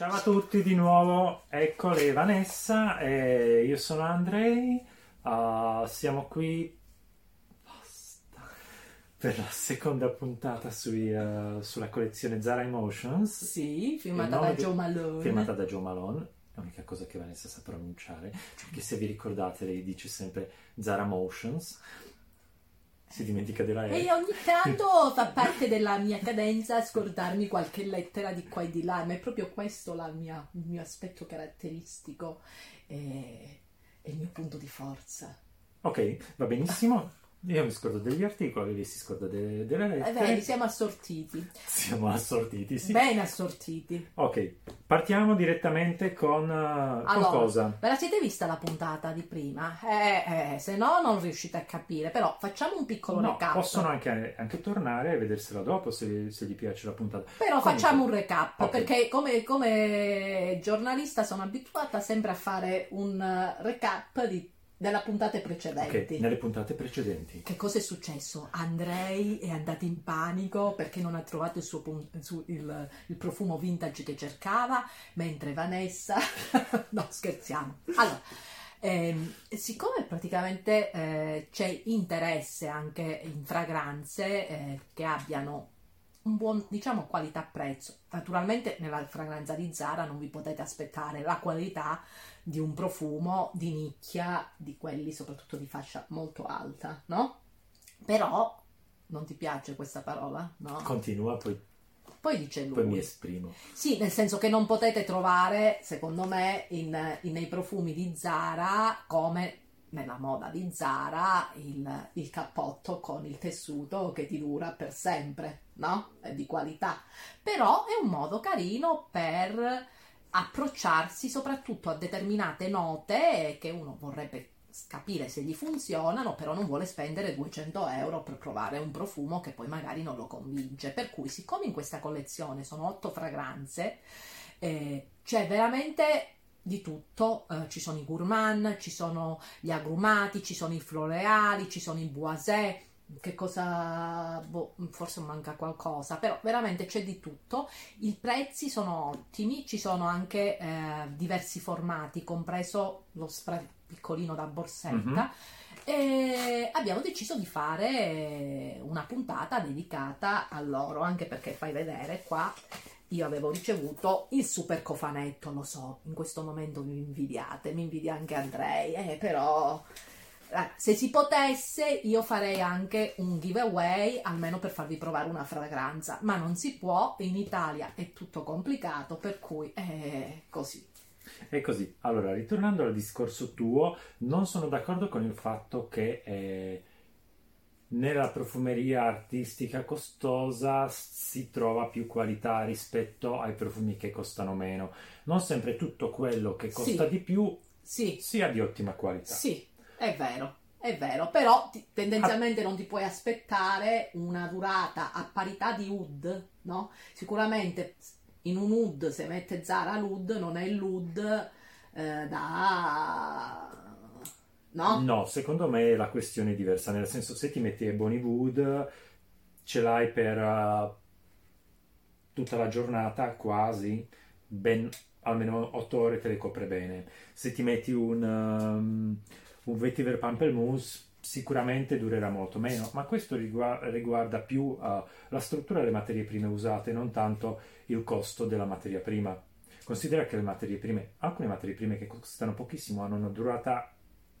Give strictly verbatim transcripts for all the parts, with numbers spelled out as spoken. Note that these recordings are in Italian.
Ciao a tutti di nuovo, eccole Vanessa e io sono Andrei, uh, siamo qui basta, per la seconda puntata sui, uh, sulla collezione Zara Emotions. Sì, firmata da di... Joe Malone. Firmata da Joe Malone, l'unica cosa che Vanessa sa pronunciare, perché se vi ricordate lei dice sempre Zara Emotions. Si dimentica della E. E ogni tanto fa parte della mia cadenza scordarmi qualche lettera di qua e di là, ma è proprio questo la mia, il mio aspetto caratteristico e, e il mio punto di forza. Ok, va benissimo. Io mi scordo degli articoli, lei si scorda de- delle lettere. Eh beh, siamo assortiti. Siamo assortiti, sì. Ben assortiti. Ok, partiamo direttamente con, uh, Allora, con cosa? ve la siete vista la puntata di prima? Eh, eh, se no non riuscite a capire, però facciamo un piccolo No, recap. possono anche, anche tornare e vedersela dopo se, se gli piace la puntata. Però Comunque, facciamo un recap, ok. perché come, come giornalista sono abituata sempre a fare un uh, recap di, delle puntate precedenti. Ok, nelle puntate precedenti. Che cosa è successo? Andrei è andato in panico perché non ha trovato il, suo pun- il, suo- il- il profumo vintage che cercava, mentre Vanessa... no, scherziamo. Allora, ehm, siccome praticamente eh, c'è interesse anche in fragranze eh, che abbiano un buon, diciamo, qualità-prezzo. Naturalmente nella fragranza di Zara non vi potete aspettare la qualità di un profumo di nicchia, di quelli soprattutto di fascia molto alta, no? Però non ti piace questa parola, no? Continua, poi, Poi dice lui. poi mi esprimo. Sì, nel senso che non potete trovare, secondo me, in, in- nei profumi di Zara, come nella moda di Zara, il, il cappotto con il tessuto che ti dura per sempre, no? È di qualità. Però è un modo carino per approcciarsi soprattutto a determinate note che uno vorrebbe capire se gli funzionano, però non vuole spendere duecento euro per provare un profumo che poi magari non lo convince. Per cui, siccome in questa collezione sono otto fragranze, eh, c'è veramente di tutto. Eh, ci sono i gourmand, ci sono gli agrumati, ci sono i floreali, ci sono i boisé. Che cosa, boh, forse manca qualcosa, però veramente c'è di tutto. I prezzi sono ottimi, ci sono anche eh, diversi formati, compreso lo spray piccolino da borsetta. Mhm. E abbiamo deciso di fare una puntata dedicata a loro, anche perché fai vedere qua. Io avevo ricevuto il super cofanetto, lo so, in questo momento mi invidiate, mi invidia anche Andrei, eh, però eh, se si potesse io farei anche un giveaway, almeno per farvi provare una fragranza, ma non si può, in Italia è tutto complicato, per cui è così. È così. Allora, ritornando al discorso tuo, non sono d'accordo con il fatto che eh, nella profumeria artistica costosa si trova più qualità rispetto ai profumi che costano meno. Non sempre tutto quello che costa Sì. di più Sì, sia di ottima qualità. sì, è vero, è vero, però ti- tendenzialmente non ti puoi aspettare una durata a parità di oud, no? Sicuramente in un oud, se mette Zara l'oud, non è l'oud eh, da... no? No, secondo me la questione è diversa, nel senso se ti metti a Bollywood ce l'hai per uh, tutta la giornata quasi, ben almeno otto ore te le copre bene. Se ti metti un, um, un Vetiver Pamplemousse sicuramente durerà molto meno, ma questo rigua- riguarda più uh, la struttura delle materie prime usate, non tanto il costo della materia prima. Considera che le materie prime, alcune materie prime che costano pochissimo hanno una durata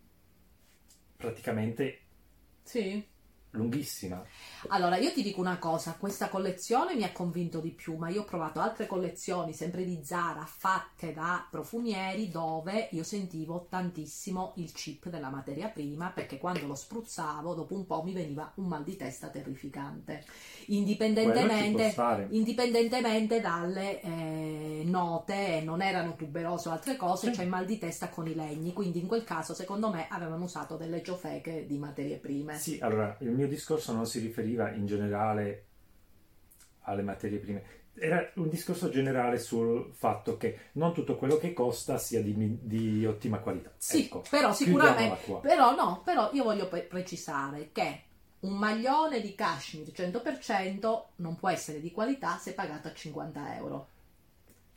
praticamente Sì. lunghissima. Allora, io ti dico una cosa, questa collezione mi ha convinto di più, ma io ho provato altre collezioni, sempre di Zara, fatte da profumieri, dove io sentivo tantissimo il chip della materia prima, perché quando lo spruzzavo, dopo un po' mi veniva un mal di testa terrificante. Quello ci Indipendentemente, può stare. indipendentemente dalle eh, note, non erano tuberose o altre cose, Sì. c'è il mal di testa con i legni, quindi in quel caso, secondo me, avevano usato delle ciofeche di materie prime. Sì, allora, il mio discorso non si riferiva in generale alle materie prime, era un discorso generale sul fatto che non tutto quello che costa sia di, mi- di ottima qualità. Sì, Ecco, però chiudiamola sicuramente, qua. però no, però io voglio pre- precisare che un maglione di cashmere cento per cento non può essere di qualità se pagato a cinquanta euro.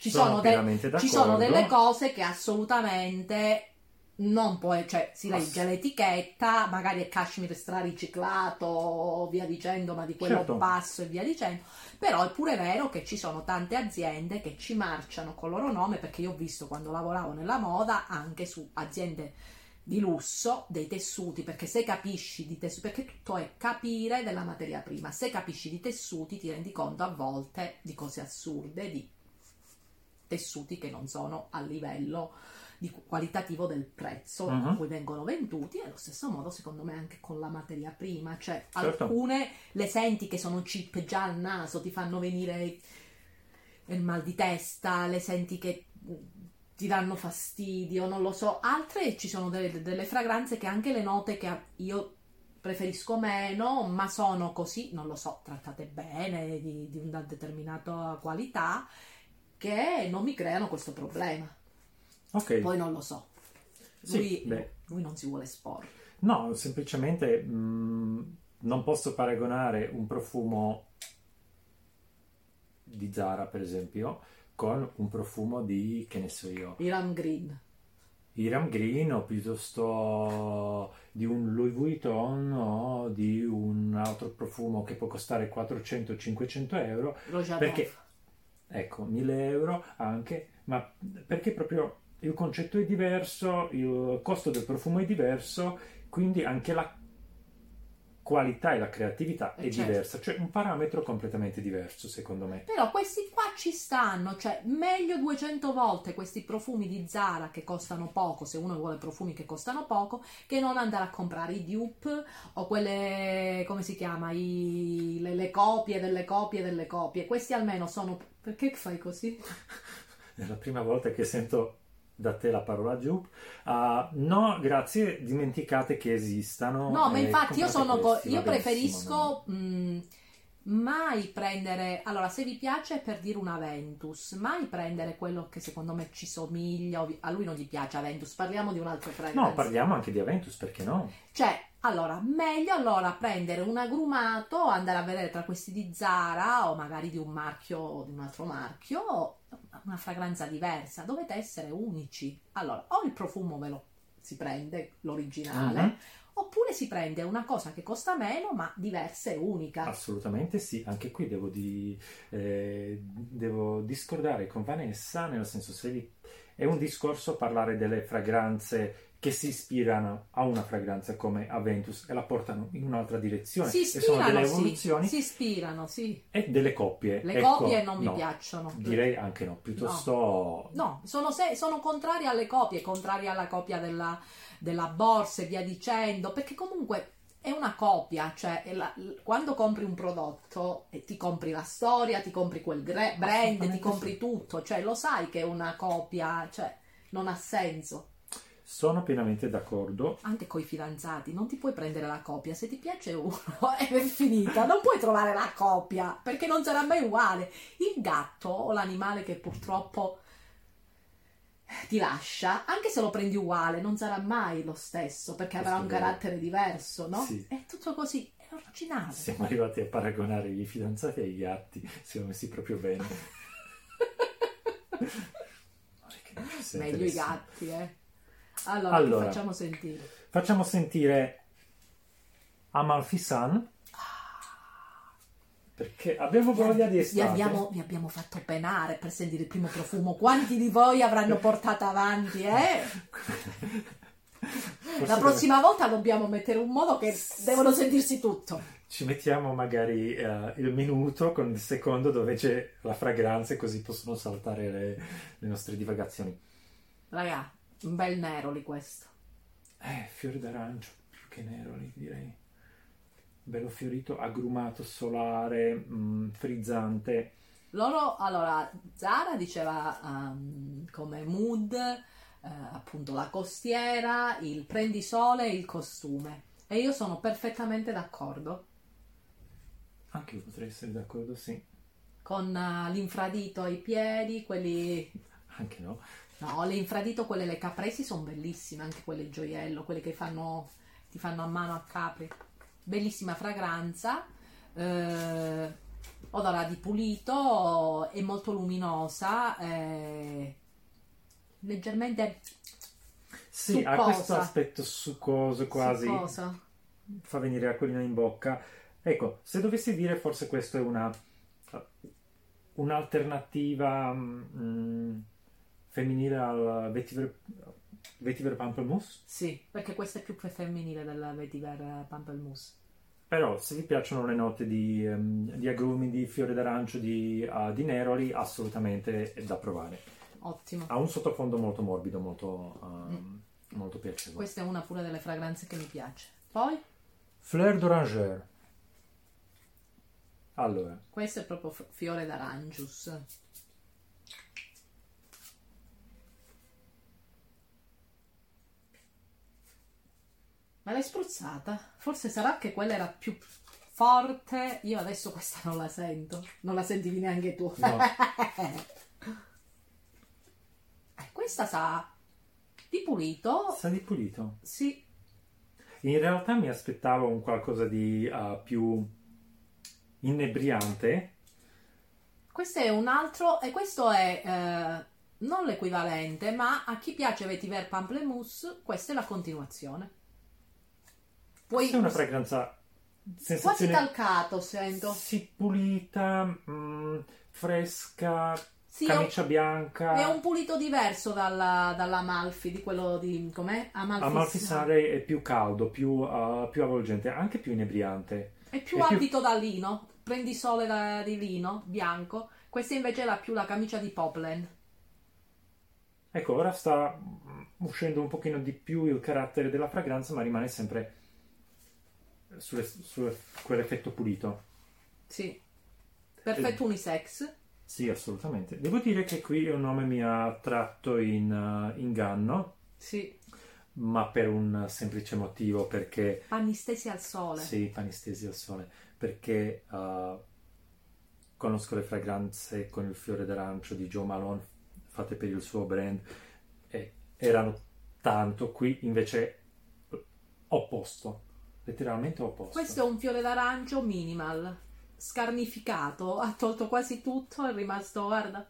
ci sono, sono, pienamente de- d'accordo. ci sono delle cose che assolutamente non puoi, cioè si legge Ass- l'etichetta, magari è cashmere strariciclato o via dicendo, ma di quello Certo. basso e via dicendo. Però è pure vero che ci sono tante aziende che ci marciano con il loro nome, perché io ho visto quando lavoravo nella moda anche su aziende di lusso dei tessuti, perché se capisci di tessuti, perché tutto è capire della materia prima, se capisci di tessuti ti rendi conto a volte di cose assurde, di tessuti che non sono a livello di qualitativo del prezzo Mhm. a cui vengono venduti. E allo stesso modo secondo me anche con la materia prima, cioè Certo. alcune le senti che sono cheap già al naso, ti fanno venire il mal di testa, le senti che ti danno fastidio, non lo so. Altre ci sono delle, delle fragranze che anche le note che io preferisco meno, ma sono così, non lo so, trattate bene, di, di una determinata qualità, che non mi creano questo problema. Ok. Poi non lo so. Sì, Lui, beh. lui non si vuole esporre. No, semplicemente mh, non posso paragonare un profumo di Zara, per esempio, con un profumo di, che ne so io, Hiram Green. Hiram Green, o piuttosto di un Louis Vuitton, o di un altro profumo che può costare quattrocento cinquecento euro, Rojadov. perché, ecco, mille euro anche, ma perché proprio il concetto è diverso, il costo del profumo è diverso, quindi anche la qualità e la creatività è Eh, certo. diversa, cioè un parametro completamente diverso secondo me. Però questi qua ci stanno, cioè meglio duecento volte questi profumi di Zara che costano poco, se uno vuole profumi che costano poco, che non andare a comprare i dupe o quelle, come si chiama, I, le, le copie delle copie delle copie. Questi almeno sono... Perché fai così? È la prima volta che sento da te la parola dupe. Uh, no, grazie, dimenticate che esistano. No, ma e infatti io comprate sono co- questi, va io benissimo, preferisco mh, mai prendere, allora se vi piace per dire una Ventus, mai prendere quello che secondo me ci somiglia, o vi- a lui non gli piace Aventus, parliamo di un'altra no? fragranza. No, parliamo anche di Aventus, perché no? Cioè, allora, meglio allora prendere un agrumato, andare a vedere tra questi di Zara o magari di un marchio o di un altro marchio, una fragranza diversa. Dovete essere unici. Allora, o il profumo ve lo si prende, l'originale, Mhm. oppure si prende una cosa che costa meno ma diversa e unica. Assolutamente sì, anche qui devo, di, eh, devo discordare con Vanessa, nel senso, se vi- è un discorso parlare delle fragranze che si ispirano a una fragranza come Aventus e la portano in un'altra direzione, Si e sono delle ispirano, sì, evoluzioni, si ispirano, sì. e delle coppie. Le Ecco, copie non mi no, piacciono. direi anche no, piuttosto No, sono, se- sono contraria alle copie, contraria alla copia della, della borsa e via dicendo, perché comunque è una copia, cioè è la- l- quando compri un prodotto e ti compri la storia, ti compri quel gre- brand, ti Assolutamente compri sì. tutto, cioè lo sai che è una copia, cioè non ha senso. Sono pienamente d'accordo. Anche coi fidanzati, non ti puoi prendere la copia, se ti piace uno è finita, non puoi trovare la copia, perché non sarà mai uguale. Il gatto o l'animale che purtroppo ti lascia, anche se lo prendi uguale, non sarà mai lo stesso, perché avrà Questo un è vero. carattere diverso, no? Sì. È tutto così, è originale. Siamo arrivati a paragonare i fidanzati ai gatti, siamo messi proprio bene. Che non ci sente Meglio i nessuno. gatti, eh. Allora, Allora. che facciamo sentire? Facciamo sentire Amalfi Sun, perché abbiamo voglia di Vi estate. abbiamo, vi abbiamo fatto penare per sentire il primo profumo. Quanti di voi avranno portato avanti, eh? Forse La prossima volta dobbiamo mettere un modo che devono sentirsi tutto. ci mettiamo magari eh, il minuto con il secondo dove c'è la fragranza, e così possono saltare le, le nostre divagazioni. Raga, un bel neroli questo. Eh, fiori d'arancio, più che nero lì, direi. Bello fiorito, agrumato, solare, mh, frizzante. Loro, allora, Zara diceva um, come mood, eh, appunto la costiera, il prendisole e il costume. E io sono perfettamente d'accordo Anche io potrei essere d'accordo, sì. con uh, l'infradito ai piedi, quelli... Anche no. No, le infradito, quelle le capresi sono bellissime, anche quelle gioiello, quelle che fanno, ti fanno a mano a Capri. Bellissima fragranza. Eh, odora di pulito, è molto luminosa, eh, leggermente Sì, ha questo aspetto succoso quasi, succosa. fa venire l'acquolina in bocca. Ecco, se dovessi dire forse questa è una un'alternativa mm, femminile al vetiver, vetiver pamplemousse. Sì, perché questa è più femminile della vetiver pamplemousse. Però se vi piacciono le note di, um, di agrumi, di fiore d'arancio, di, uh, di neroli, assolutamente è da provare. Ottimo. Ha un sottofondo molto morbido, molto, um, mm. molto piacevole. Questa è una pure delle fragranze che mi piace. Poi? Fleur d'oranger. Allora. Questo è proprio fiore d'arangius. Ma l'hai spruzzata? Forse sarà che quella era più forte. Io adesso questa non la sento. Non la sentivi neanche tu. No. eh, questa sa di pulito. Sa di pulito? Sì. In realtà mi aspettavo un qualcosa di uh, più inebriante. Questo è un altro, e questo è eh, non l'equivalente, ma a chi piace vetiver pamplemousse, questa è la continuazione. Poi Questa è una fragranza sensazione quasi talcato, sento. Sì, pulita, mh, fresca, Sì, camicia è un, bianca. è un pulito diverso dalla, dall'Amalfi, di quello di, com'è? Amalfi, Amalfisare è più caldo, più, uh, più avvolgente, anche più inebriante. è più è abito da lino, prendi sole da, di lino, bianco. Questa invece era più la camicia di Poplen. Ecco, ora sta uscendo un pochino di più il carattere della fragranza, ma rimane sempre su quell'effetto pulito. Sì, perfetto eh, unisex. Sì, assolutamente. Devo dire che qui il nome mi ha tratto in uh, inganno. Sì. Ma per un semplice motivo, perché... Panni stesi al sole. Sì, panni stesi al sole. Perché uh, conosco le fragranze con il fiore d'arancio di Jo Malone fatte per il suo brand e erano tanto, qui invece opposto, letteralmente opposto. Questo è un fiore d'arancio minimal, scarnificato, ha tolto quasi tutto, è rimasto, guarda.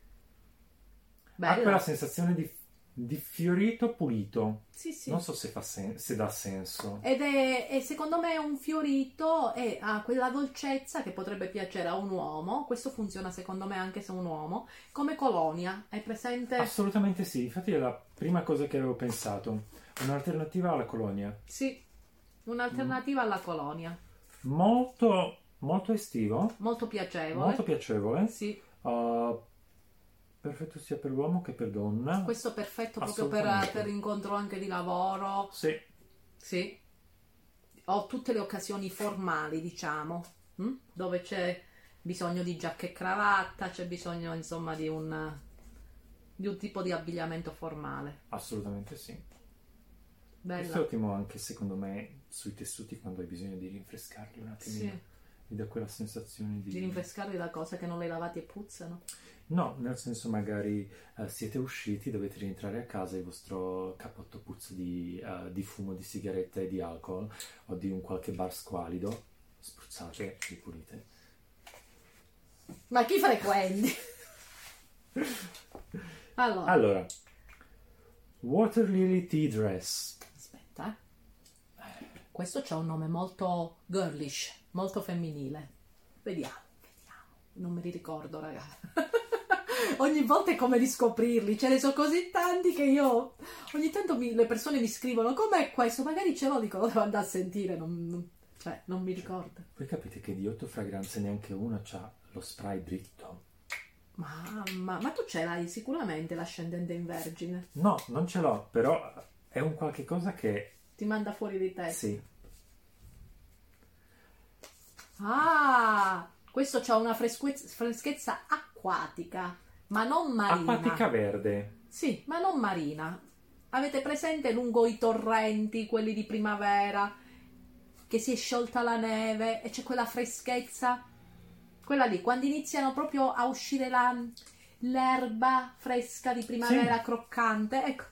Bella. Ha quella sensazione di, di fiorito pulito. Sì, sì. Non so se, fa sen- se dà senso. Ed è, è secondo me un fiorito e ha quella dolcezza che potrebbe piacere a un uomo. Questo funziona secondo me anche se un uomo. Come colonia, è presente? Assolutamente sì, infatti è la prima cosa che avevo pensato. Un'alternativa alla colonia. Sì, un'alternativa mm. alla colonia. Molto, molto estivo. Molto piacevole. Molto piacevole. Sì. Uh, perfetto sia per l'uomo che per donna. Questo è perfetto proprio per, per incontro anche di lavoro. Sì. Sì. Ho tutte le occasioni formali, diciamo, hm? dove c'è bisogno di giacca e cravatta, c'è bisogno insomma di un, di un tipo di abbigliamento formale. Assolutamente sì. Bella. Questo è ottimo anche secondo me sui tessuti quando hai bisogno di rinfrescarli un attimino. Sì. Mi dà quella sensazione di... Di rinfrescarli da cose che non le lavati e puzzano? No, nel senso magari uh, siete usciti, dovete rientrare a casa e il vostro cappotto puzza di, uh, di fumo, di sigaretta e di alcol o di un qualche bar squalido, spruzzate e pulite. Ma chi frequenti? allora. allora, Water Lily Tea Dress. Aspetta, eh. Questo c'ha un nome molto girlish, molto femminile. Vediamo, vediamo. Non me li ricordo, ragazzi. Ogni volta è come riscoprirli, ce ne sono così tanti che io ogni tanto mi, le persone mi scrivono com'è questo, magari ce l'ho, dico lo devo andare a sentire, non, non, cioè non mi ricordo. Voi capite che di otto fragranze neanche una c'ha lo spray dritto. Mamma, ma tu ce l'hai sicuramente l'ascendente in Vergine? No, non ce l'ho, però è un qualche cosa che... Ti manda fuori di te? Sì. Ah, questo c'ha una freschezza, freschezza acquatica. Ma non marina. Acquatica verde. Sì, ma non marina. Avete presente lungo i torrenti, quelli di primavera, che si è sciolta la neve e c'è quella freschezza? Quella lì, quando iniziano proprio a uscire la, l'erba fresca di primavera, sì, croccante, ecco.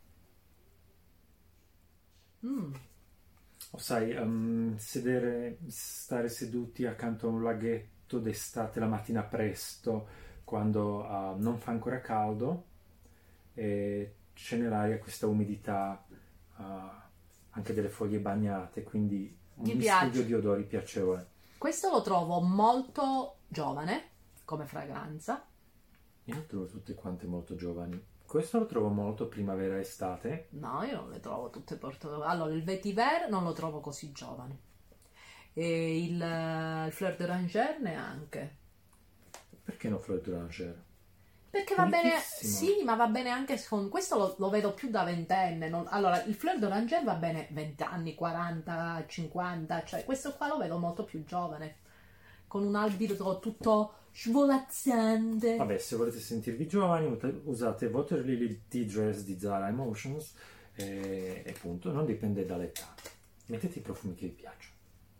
Mm. O sai, um, sedere, stare seduti accanto a un laghetto soprattutto d'estate, la mattina presto, quando uh, non fa ancora caldo e c'è nell'aria questa umidità, uh, anche delle foglie bagnate, quindi un Mi miscuglio piace. di odori piacevole. Questo lo trovo molto giovane come fragranza. Io lo trovo tutte quante molto giovani. Questo lo trovo molto primavera-estate. No, io non le trovo tutte portate. Allora, il vetiver non lo trovo così giovane. E il, eh, il Fleur d'Oranger neanche. Perché no Fleur d'Oranger? Perché va bene, Pulitissimo. sì, ma va bene anche con questo lo, lo vedo più da ventenne. non- Allora, il Fleur d'Oranger va bene venti anni, quaranta, cinquanta, cioè questo qua lo vedo molto più giovane, con un albido tutto svolazzante. Vabbè, se volete sentirvi giovani, ut- usate Water Lily Tea Dress di Zara Emotions e, e punto, non dipende dall'età. Mettete i profumi che vi piacciono.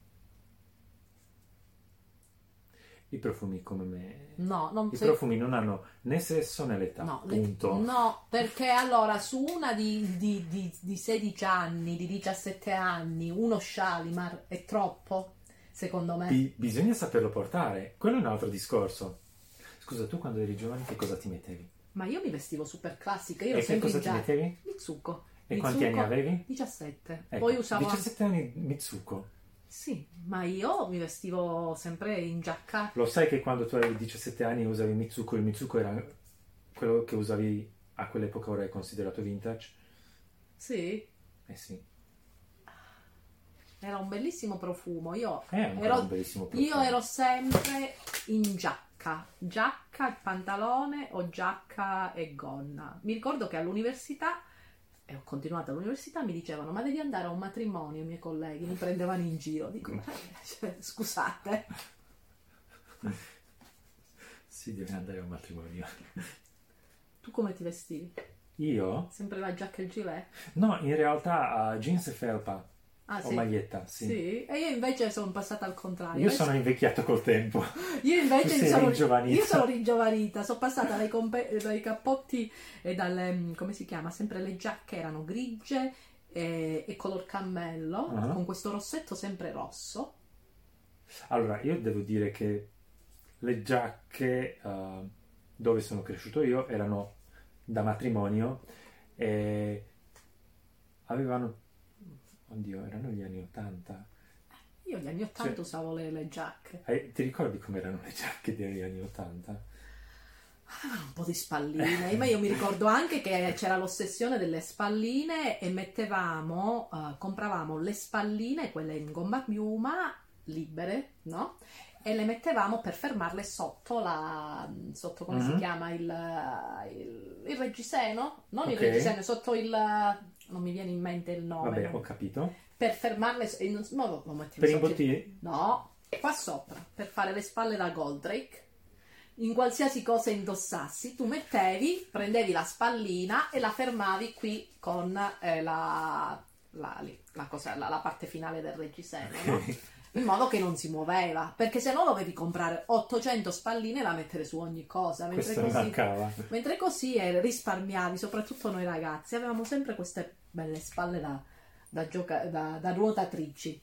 I profumi come me... No, non I sei- profumi non hanno né sesso né l'età, No, le- punto. no, perché allora su una di, di- di- di sedici anni, di diciassette anni, uno Shalimar è troppo, secondo me. Bi- bisogna saperlo portare, quello è un altro discorso. Scusa, tu quando eri giovane che cosa ti mettevi? Ma io mi vestivo super classica, io E ero che sempre cosa in ti giacca. mettevi? Mitsuko. E quanti anni Mitsuko, avevi? diciassette. Ecco, Poi usavo... diciassette anni Mitsuko. Sì, ma io mi vestivo sempre in giacca. Lo sai che quando tu avevi diciassette anni usavi Mitsuko, il Mitsuko era quello che usavi a quell'epoca, ora è considerato vintage? Sì, Eh sì, era un bellissimo profumo. Io è ancora ero, un bellissimo profumo. io ero sempre in giacca. Giacca e pantalone o giacca e gonna. Mi ricordo che all'università, e ho continuato all'università, mi dicevano ma devi andare a un matrimonio, i miei colleghi mi prendevano in giro. Dico, cioè, scusate. Sì, devi andare a un matrimonio. Tu come ti vestivi? Io? Sempre la giacca e il gilet? No, in realtà uh, jeans e felpa Ah, o sì. maglietta, sì. Sì, e io invece sono passata al contrario. Io sono invecchiato col tempo. Io invece Tu sei sono ringiovanita. io sono ringiovanita, sono passata dai, compe- dai cappotti e dalle, come si chiama, sempre le giacche erano grigie e, e color cammello, Ah. con questo rossetto sempre rosso. Allora, io devo dire che le giacche uh, dove sono cresciuto io erano da matrimonio e avevano, oddio, erano gli anni ottanta. Io negli anni ottanta Sì. usavo le, le giacche, Eh, ti ricordi com'erano le giacche degli anni ottanta? avevano un po' di spalline, ma io mi ricordo anche che c'era l'ossessione delle spalline e mettevamo, eh, compravamo le spalline, quelle in gomma piuma, libere, no? E le mettevamo per fermarle sotto la, sotto come si Mhm. chiama, il, il, il reggiseno? Non il Ok. reggiseno, sotto il, non mi viene in mente il nome, Vabbè, non- ho capito. per fermarle, e non, no, lo mettevi Per sotto il- imbottire? No, qua sopra, per fare le spalle da Goldrake. In qualsiasi cosa indossassi, tu mettevi, prendevi la spallina e la fermavi qui con eh, la, la, lì, la, cosa, la, la parte finale del reggiseno, no? In modo che non si muoveva, perché se no dovevi comprare ottocento spalline e la mettere su ogni cosa, mentre Questo mi così, mancava. mentre così eh, risparmiavi, soprattutto noi ragazzi, avevamo sempre queste belle spalle da, da, gioca- da, da nuotatrici.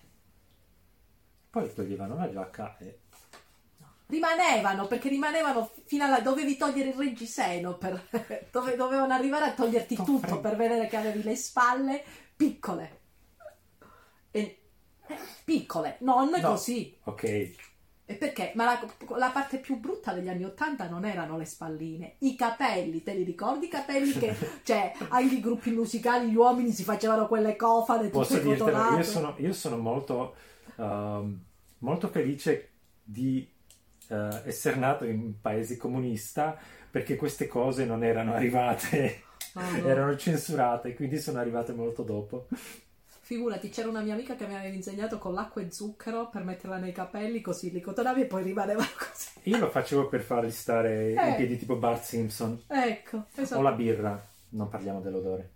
Poi toglievano la giacca e... Rimanevano, perché rimanevano fino alla... dovevi togliere il reggiseno per... dove dovevano arrivare a toglierti Oh, tutto freddo. per vedere che avevi le spalle piccole e... eh, piccole, non No. così. Ok, E perché? Ma la, la parte più brutta degli anni ottanta non erano le spalline, i capelli, te li ricordi i capelli che, cioè, anche i gruppi musicali, gli uomini si facevano quelle cofane posso tutte dirtelo, cotolate. io sono, io sono molto, um, molto felice di uh, essere nato in un paese comunista perché queste cose non erano arrivate, No, no. erano censurate, quindi sono arrivate molto dopo. Figurati, c'era una mia amica che mi aveva insegnato con l'acqua e zucchero per metterla nei capelli, così li cotonavi e poi rimanevano così. Io lo facevo per farli stare Eh. in piedi tipo Bart Simpson. Ecco, esatto. O la birra, non parliamo dell'odore.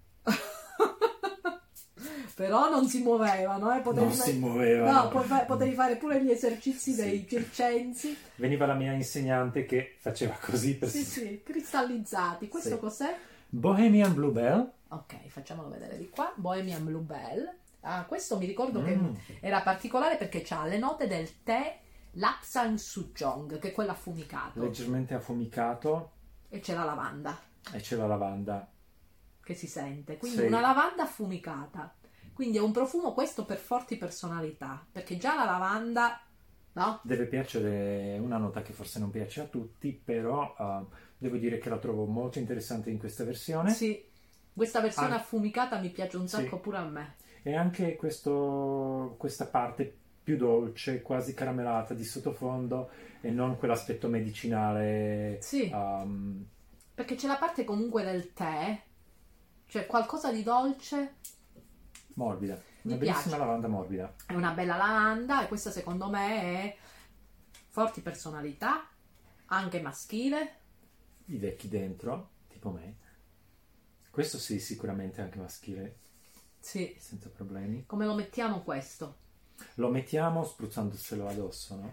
Però non si muovevano, eh, potevi Non fa- si muovevano. No, poi fa- potevi fare pure gli esercizi Sì. dei circensi. Veniva la mia insegnante che faceva così per Sì, sì, cristallizzati. Questo Sì. cos'è? Bohemian Bluebell. Ok, facciamolo vedere di qua. Bohemian Bluebell. Ah, questo mi ricordo Mm. che era particolare perché ha le note del tè l'Apsang Sujong, che è quello affumicato. Leggermente affumicato. E c'è la lavanda. E c'è la lavanda. Che si sente. Quindi Sì. una lavanda affumicata. Quindi è un profumo questo per forti personalità. Perché già la lavanda, no? Deve piacere, una nota che forse non piace a tutti, però uh, devo dire che la trovo molto interessante in questa versione. Sì. Questa versione Ah. affumicata mi piace un sacco Sì. pure a me. E anche questo, questa parte più dolce, quasi caramellata di sottofondo e non quell'aspetto medicinale. Sì. um, Perché c'è la parte comunque del tè, cioè qualcosa di dolce. morbida. Mi Una bellissima piace. lavanda morbida. È una bella lavanda e questa secondo me è forti personalità, anche maschile. I vecchi dentro, tipo me. Questo sì, sicuramente anche maschile, Sì. senza problemi. Come lo mettiamo questo? Lo mettiamo spruzzandoselo addosso, no?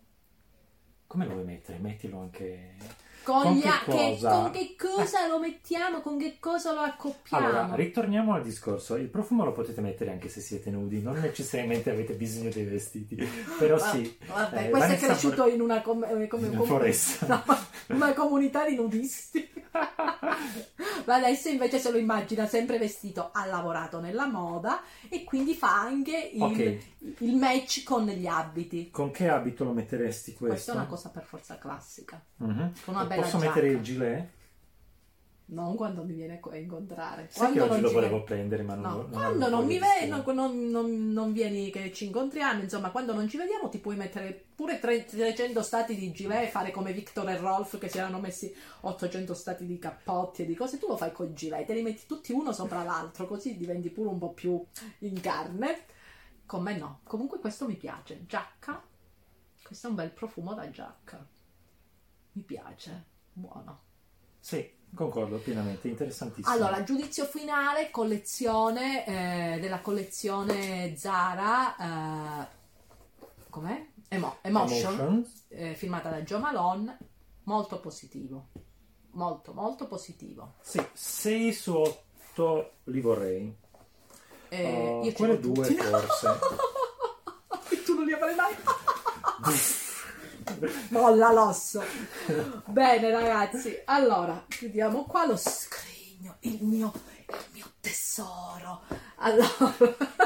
Come lo vuoi mettere? Mettilo anche... Con, Con gli che a- che- cosa? con che cosa lo mettiamo? Con che cosa lo accoppiamo? Allora, ritorniamo al discorso. Il profumo lo potete mettere anche se siete nudi, non necessariamente avete bisogno dei vestiti, però Va- sì. Vabbè, Eh, questo è Vanessa cresciuto Bor- in una, com- eh, come- in una com- foresta. no, una comunità di nudisti. Vanessa invece se lo immagina sempre vestito, ha lavorato nella moda e quindi fa anche il, Ok. il match con gli abiti. Con che abito lo metteresti questo? Questa è una cosa per forza classica. Mhm. Con una E bella Posso giacca. mettere il gilet? Non quando mi viene a incontrare. Sai che Quando oggi non lo ci volevo viene- prendere, ma non, No, non quando avevo non mi voglia di vedi, stare. non, non- non vieni che ci incontriamo, insomma, quando non ci vediamo ti puoi mettere pure tre- trecento stati di gilet e fare come Victor e Rolf che si erano messi ottocento stati di cappotti e di cose, tu lo fai con i gilet, te li metti tutti uno sopra l'altro, così diventi pure un po' più in carne. Con me no, comunque questo mi piace. Giacca, questo è un bel profumo da giacca, mi piace, buono. Sì, concordo pienamente, interessantissimo. Allora, giudizio finale, collezione eh, della collezione Zara, eh, com'è? Emo- Emotion, Emotions. eh, firmata da Jo Malone, molto positivo, molto molto positivo. Sì, sei su otto li vorrei. Eh, Uh, io ce quelle l'ho due tutti. forse. E tu non li avrai mai. Molla l'osso. Bene ragazzi, allora chiudiamo qua lo scrigno, il mio, il mio tesoro. Allora,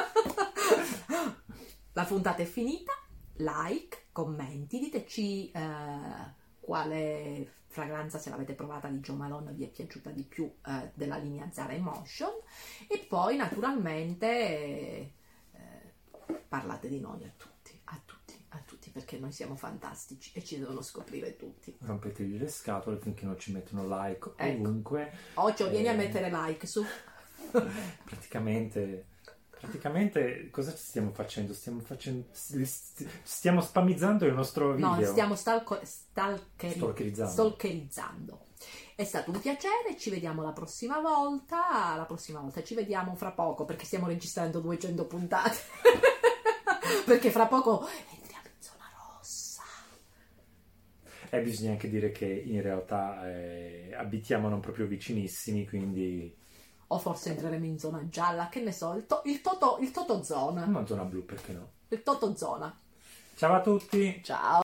la puntata è finita. Like, commenti, diteci eh, quale fragranza, se l'avete provata, di Jo Malone vi è piaciuta di più eh, della linea Zara Emotion, e poi naturalmente eh, parlate di noi a tutti, a tutti, a tutti, perché noi siamo fantastici e ci devono scoprire tutti. Rompetegli le scatole finché non ci mettono like Ecco. ovunque. Occhio, vieni a Eh, mettere like su. Praticamente, praticamente cosa ci stiamo facendo? Stiamo facendo, stiamo spammizzando il nostro video. No, stiamo stalco- stalkeri- Stalkerizzando. stalkerizzando. È stato un piacere, ci vediamo la prossima volta. La prossima volta ci vediamo fra poco, perché stiamo registrando duecento puntate. Perché fra poco entriamo in zona rossa. E bisogna anche dire che in realtà eh, abitiamo non proprio vicinissimi, quindi O forse entreremo in zona gialla, che ne so, il, to- il, toto, il Totozona. una zona blu, perché no? Il Totozona. Ciao a tutti! Ciao.